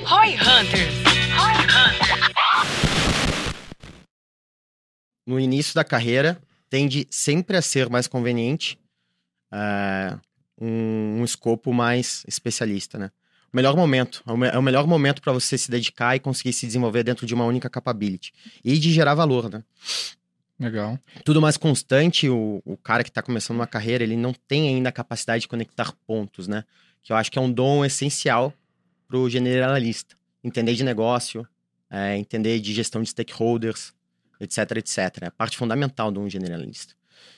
Roy Hunters. No início da carreira, tende sempre a ser mais conveniente um escopo mais especialista, né? O melhor momento, é o melhor momento para você se dedicar e conseguir se desenvolver dentro de uma única capability. E de gerar valor, né? Legal. Tudo mais constante, o cara que está começando uma carreira, ele não tem ainda a capacidade de conectar pontos, né? Que eu acho que é um dom essencial pro generalista. Entender de negócio, entender de gestão de stakeholders, etc, etc. É a parte fundamental de um generalista.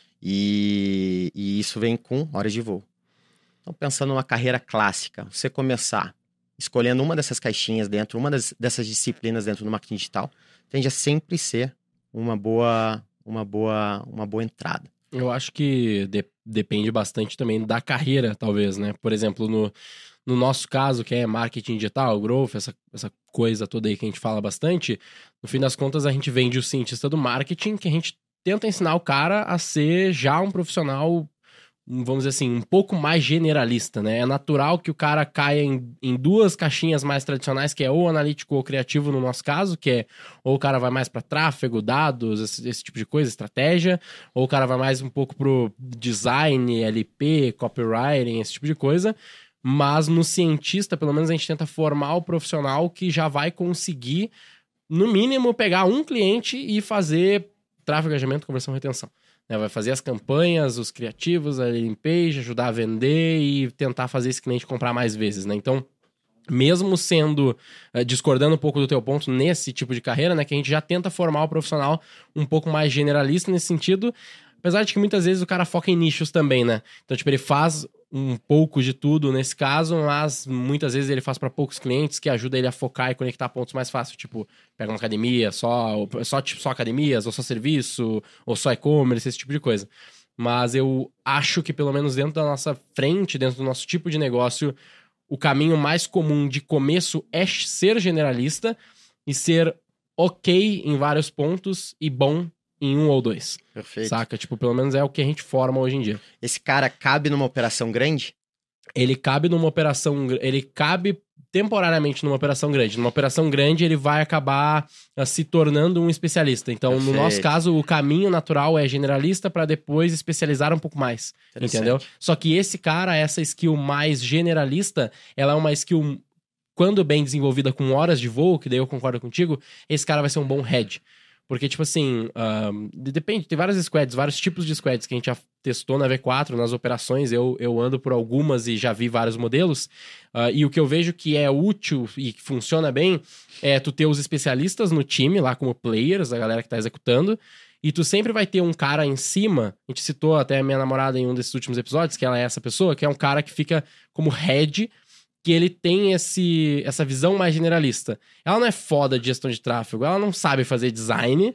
E isso vem com horas de voo. Então, pensando numa carreira clássica, você começar escolhendo uma dessas caixinhas dentro, dessas disciplinas dentro do marketing digital, tende a sempre ser uma boa entrada. Eu acho que depende bastante também da carreira, talvez, né? Por exemplo, no nosso caso, que é marketing digital, growth, essa coisa toda aí que a gente fala bastante, no fim das contas, a gente vende o cientista do marketing, que a gente tenta ensinar o cara a ser já um profissional, vamos dizer assim, um pouco mais generalista, né? É natural que o cara caia em duas caixinhas mais tradicionais, que é ou analítico ou criativo no nosso caso, que é ou o cara vai mais para tráfego, dados, esse tipo de coisa, estratégia, ou o cara vai mais um pouco pro design, LP, copywriting, esse tipo de coisa. Mas no cientista, pelo menos a gente tenta formar o profissional que já vai conseguir, no mínimo, pegar um cliente e fazer tráfego, engajamento, conversão, retenção. Vai fazer as campanhas, os criativos, a landing page, ajudar a vender e tentar fazer esse cliente comprar mais vezes, né? Então, mesmo sendo, discordando um pouco do teu ponto nesse tipo de carreira, né? Que a gente já tenta formar o profissional um pouco mais generalista nesse sentido, apesar de que muitas vezes o cara foca em nichos também, né? Então, tipo, ele faz um pouco de tudo nesse caso, mas muitas vezes ele faz para poucos clientes, que ajuda ele a focar e conectar pontos mais fácil. Tipo, pega uma academia, só academias, ou só serviço, ou só e-commerce, esse tipo de coisa. Mas eu acho que pelo menos dentro da nossa frente, dentro do nosso tipo de negócio, o caminho mais comum de começo é ser generalista e ser ok em vários pontos e bom em um ou dois. Perfeito. Saca? Tipo, pelo menos é o que a gente forma hoje em dia. Esse cara cabe numa operação grande? Ele cabe temporariamente numa operação grande. Numa operação grande, ele vai acabar se tornando um especialista. Então, Perfeito. No nosso caso, o caminho natural é generalista para depois especializar um pouco mais. Entendeu? Só que esse cara, essa skill mais generalista, ela é uma skill, quando bem desenvolvida com horas de voo, que daí eu concordo contigo, esse cara vai ser um bom head. Porque, tipo assim, depende, tem vários squads, vários tipos de squads que a gente já testou na V4, nas operações, eu ando por algumas e já vi vários modelos, e o que eu vejo que é útil e que funciona bem é tu ter os especialistas no time, lá como players, a galera que tá executando, e tu sempre vai ter um cara em cima, a gente citou até a minha namorada em um desses últimos episódios, que ela é essa pessoa, que é um cara que fica como head, que ele tem essa visão mais generalista. Ela não é foda de gestão de tráfego, ela não sabe fazer design,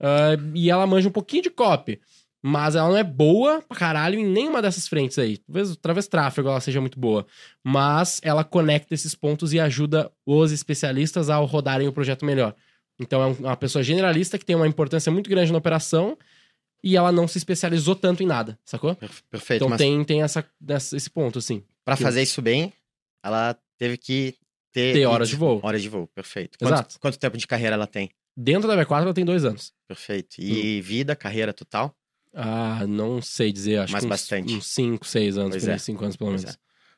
e ela manja um pouquinho de copy, mas ela não é boa pra caralho em nenhuma dessas frentes aí. Talvez tráfego ela seja muito boa, mas ela conecta esses pontos e ajuda os especialistas a rodarem o projeto melhor. Então é uma pessoa generalista que tem uma importância muito grande na operação e ela não se especializou tanto em nada, sacou? Perfeito. Então tem esse ponto, assim. Pra fazer isso bem, ela teve que ter horas de voo. Horas de voo, perfeito. Exato. Quanto tempo de carreira ela tem? Dentro da V4 ela tem 2 anos. Perfeito. E vida, carreira total? Não sei dizer, acho Mas que bastante. uns 5, 6 anos, Pois por aí, é. 5 anos pelo menos.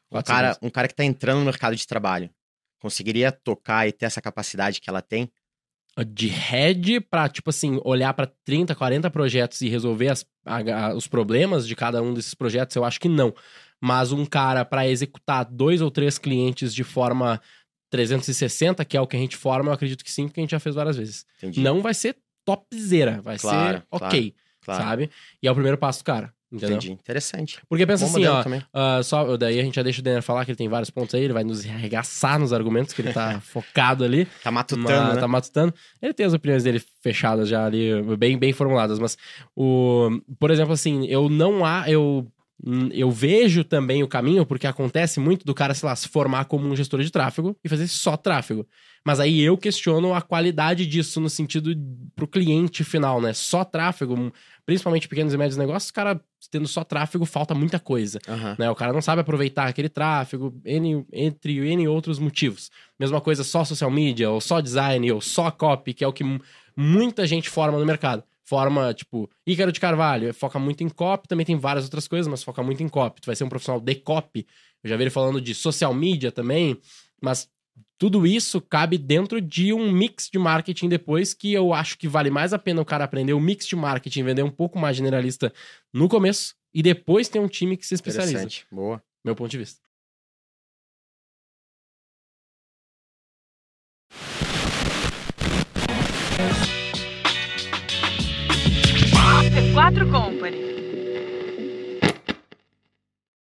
Um cara que tá entrando no mercado de trabalho, conseguiria tocar e ter essa capacidade que ela tem? De head pra, tipo assim, olhar pra 30, 40 projetos e resolver os problemas de cada um desses projetos, eu acho que não. Mas um cara pra executar 2 ou 3 clientes de forma 360, que é o que a gente forma, eu acredito que sim, porque a gente já fez várias vezes. Entendi. Não vai ser topzera, vai ser ok, claro. sabe? E é o primeiro passo do cara, entendeu? Entendi, interessante. Porque pensa Bom assim, modelo ó, também. daí a gente já deixa o Denner falar que ele tem vários pontos aí, ele vai nos arregaçar nos argumentos, que ele tá focado ali. Tá matutando, né? Tá matutando. Ele tem as opiniões dele fechadas já ali, bem formuladas, mas por exemplo, assim, eu Eu vejo também o caminho, porque acontece muito do cara, sei lá, se formar como um gestor de tráfego e fazer só tráfego. Mas aí eu questiono a qualidade disso no sentido pro cliente final, né? Só tráfego, principalmente pequenos e médios negócios, o cara tendo só tráfego, falta muita coisa. Né? O cara não sabe aproveitar aquele tráfego, entre N outros motivos. Mesma coisa, só social media, ou só design, ou só copy, que é o que muita gente forma no mercado. Forma, tipo, Ícaro de Carvalho, foca muito em copy, também tem várias outras coisas, mas foca muito em copy. Tu vai ser um profissional de copy. Eu já vi ele falando de social media também, mas tudo isso cabe dentro de um mix de marketing depois, que eu acho que vale mais a pena o cara aprender o mix de marketing, vender um pouco mais generalista no começo, e depois ter um time que se especializa. Interessante, boa. Meu ponto de vista. C4 Company.